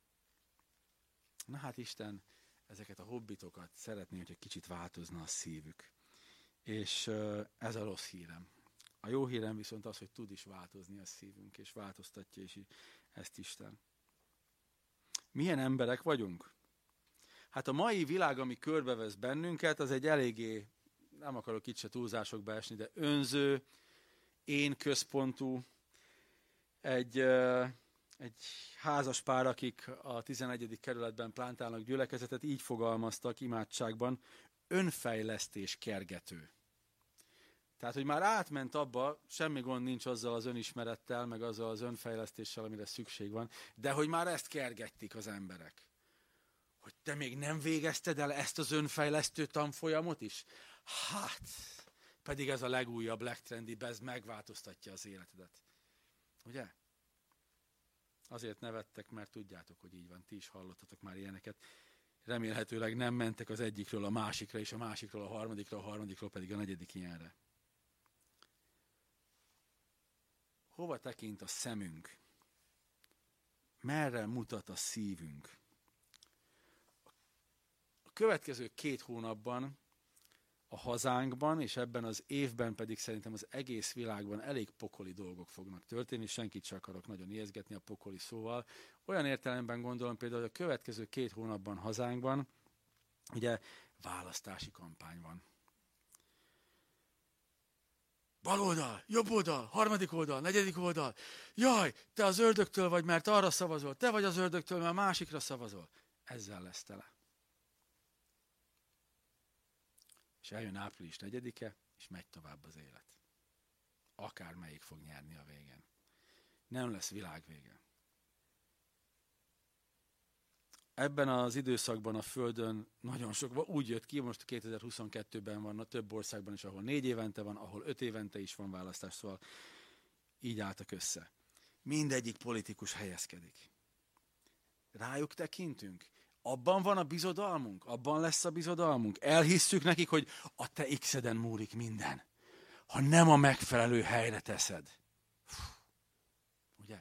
Na hát Isten ezeket a hobbitokat szeretné, hogy egy kicsit változna a szívük. És ez a rossz hírem. A jó hírem viszont az, hogy tud is változni a szívünk, és változtatja is ezt Isten. Milyen emberek vagyunk? Hát a mai világ, ami körbevesz bennünket, az egy eléggé, nem akarok itt se túlzásokba esni, de önző, én központú, egy, egy házas pár, akik a tizenegyedik kerületben plántálnak gyülekezetet, így fogalmaztak imádságban, önfejlesztés kergető. Tehát, hogy már átment abba, semmi gond nincs azzal az önismerettel, meg azzal az önfejlesztéssel, amire szükség van, de hogy már ezt kergettik az emberek. Hogy te még nem végezted el ezt az önfejlesztő tanfolyamot is? Hát, pedig ez a legújabb, legtrendibb, ez megváltoztatja az életedet. Ugye? Azért nevettek, mert tudjátok, hogy így van. Ti is hallottatok már ilyeneket. Remélhetőleg nem mentek az egyikről a másikra, és a másikról a harmadikra, a harmadikról pedig a negyedik ilyenre. Hova tekint a szemünk? Merre mutat a szívünk? A következő két hónapban a hazánkban, és ebben az évben pedig szerintem az egész világban elég pokoli dolgok fognak történni, senkit sem akarok nagyon ijeszgetni a pokoli szóval. Olyan értelemben gondolom például, hogy a következő két hónapban hazánkban ugye választási kampány van. Bal oldal, jobb oldal, harmadik oldal, negyedik oldal. Jaj, te az ördögtől vagy, mert arra szavazol. Te vagy az ördögtől, mert a másikra szavazol. Ezzel lesz tele. És eljön április negyedike, és megy tovább az élet. Akármelyik fog nyerni a végén. Nem lesz világvége. Ebben az időszakban a Földön nagyon sok, úgy jött ki, most kétezer-huszonkettőben van, több országban is, ahol négy évente van, ahol öt évente is van választás, szóval így álltak össze. Mindegyik politikus helyezkedik. Rájuk tekintünk? Abban van a bizodalmunk? Abban lesz a bizodalmunk? Elhisszük nekik, hogy a te X-eden múlik minden. Ha nem a megfelelő helyre teszed. Fú, ugye?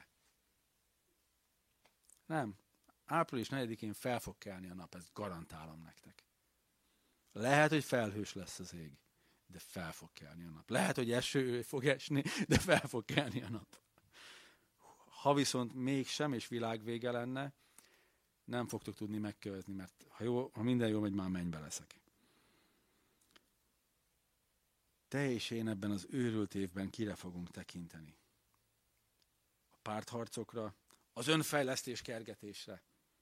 Nem. április negyedikén fel fog kelni a nap, ezt garantálom nektek. Lehet, hogy felhős lesz az ég, de fel fog kelni a nap. Lehet, hogy eső fog esni, de fel fog kelni a nap. Ha viszont mégsem, és világvége lenne, nem fogtok tudni megkövezni, mert ha, jó, ha minden jó megy, már mennybe leszek. Te és én ebben az őrült évben kire fogunk tekinteni? A pártharcokra, az önfejlesztés kergetésre.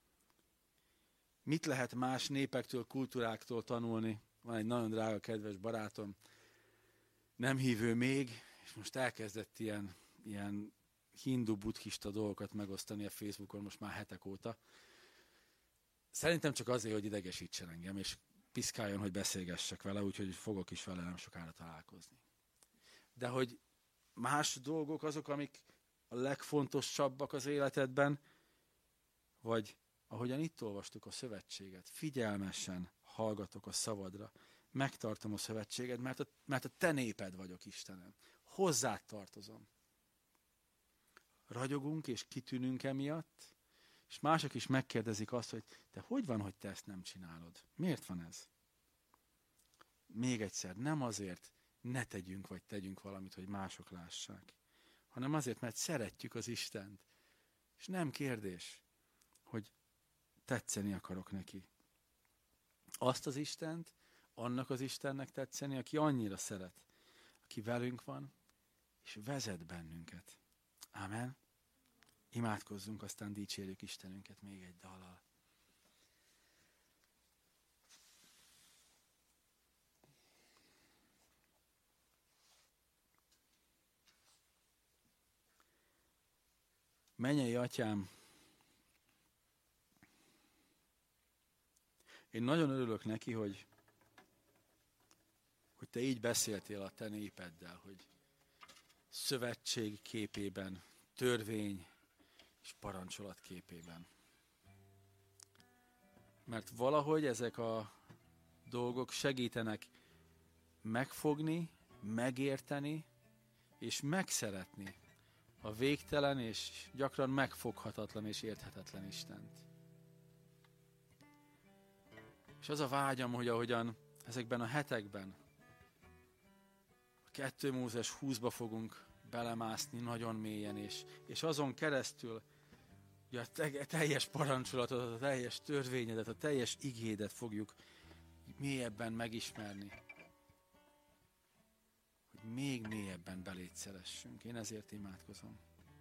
Mit lehet más népektől, kultúráktól tanulni? Van egy nagyon drága, kedves barátom, nem hívő még, és most elkezdett ilyen, ilyen hindu-buddhista dolgokat megosztani a Facebookon most már hetek óta. Szerintem csak azért, hogy idegesítsen engem, és piszkáljon, hogy beszélgessek vele, úgyhogy fogok is vele nem sokára találkozni. De hogy más dolgok azok, amik a legfontosabbak az életedben, vagy ahogyan itt olvastuk a szövetséget, figyelmesen hallgatok a szavadra, megtartom a szövetséget, mert a, mert a te néped vagyok, Istenem. Hozzád tartozom. Ragyogunk és kitűnünk emiatt, és mások is megkérdezik azt, hogy te hogy van, hogy te ezt nem csinálod? Miért van ez? Még egyszer, nem azért ne tegyünk, vagy tegyünk valamit, hogy mások lássák, hanem azért, mert szeretjük az Istent. És nem kérdés, hogy tetszeni akarok neki. Azt az Istent, annak az Istennek tetszeni, aki annyira szeret, aki velünk van, és vezet bennünket. Ámen. Imádkozzunk, aztán dicsérjük Istenünket még egy dallal. Mennyei Atyám, én nagyon örülök neki, hogy, hogy te így beszéltél a te népeddel, hogy szövetség képében, törvény és parancsolat képében. Mert valahogy ezek a dolgok segítenek megfogni, megérteni és megszeretni a végtelen és gyakran megfoghatatlan és érthetetlen Istent. És az a vágyam, hogy ahogyan ezekben a hetekben a kettő Mózes húszba fogunk belemászni nagyon mélyen, és, és azon keresztül ugye a te, teljes parancsolatot, a teljes törvényedet, a teljes igédet fogjuk mélyebben megismerni. Hogy még mélyebben beléd szeressünk. Én ezért imádkozom.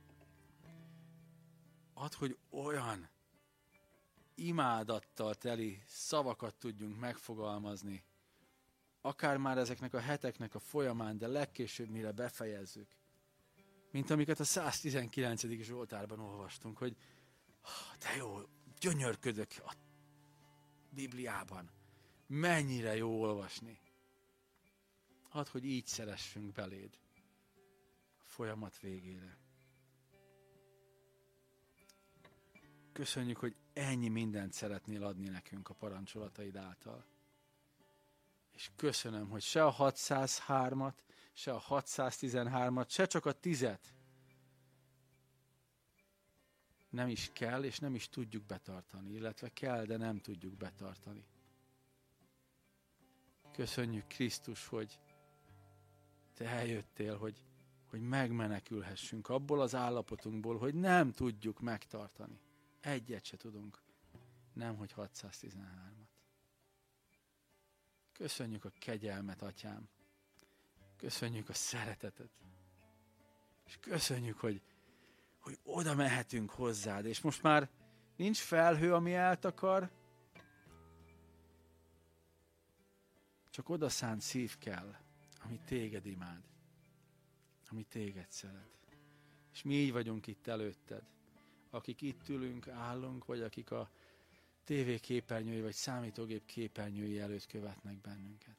Add, hogy olyan imádattal teli szavakat tudjunk megfogalmazni, akár már ezeknek a heteknek a folyamán, de legkésőbb mire befejezzük, mint amiket a száztizenkilencedik Zsoltárban olvastunk, hogy de jó, gyönyörködök a Bibliában, mennyire jó olvasni. Hadd, hogy így szeressünk beléd a folyamat végére. Köszönjük, hogy ennyi mindent szeretnél adni nekünk a parancsolataid által. És köszönöm, hogy se a hatszázhármat, se a hatszáztizenhármat, se csak a tízet nem is kell, és nem is tudjuk betartani, illetve kell, de nem tudjuk betartani. Köszönjük, Krisztus, hogy te eljöttél, hogy, hogy megmenekülhessünk abból az állapotunkból, hogy nem tudjuk megtartani. Egyet se tudunk, nem hogy hatszáztizenhármat. Köszönjük a kegyelmet, Atyám. Köszönjük a szeretetet. És köszönjük, hogy, hogy oda mehetünk hozzád. És most már nincs felhő, ami eltakar, csak odaszánt szív kell, ami téged imád, ami téged szeret. És mi így vagyunk itt előtted, akik itt ülünk, állunk, vagy akik a tévé képernyői, vagy számítógép képernyői előtt követnek bennünket.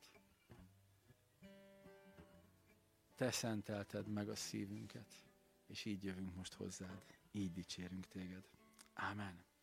Te szentelted meg a szívünket, és így jövünk most hozzád, így dicsérünk téged. Ámen.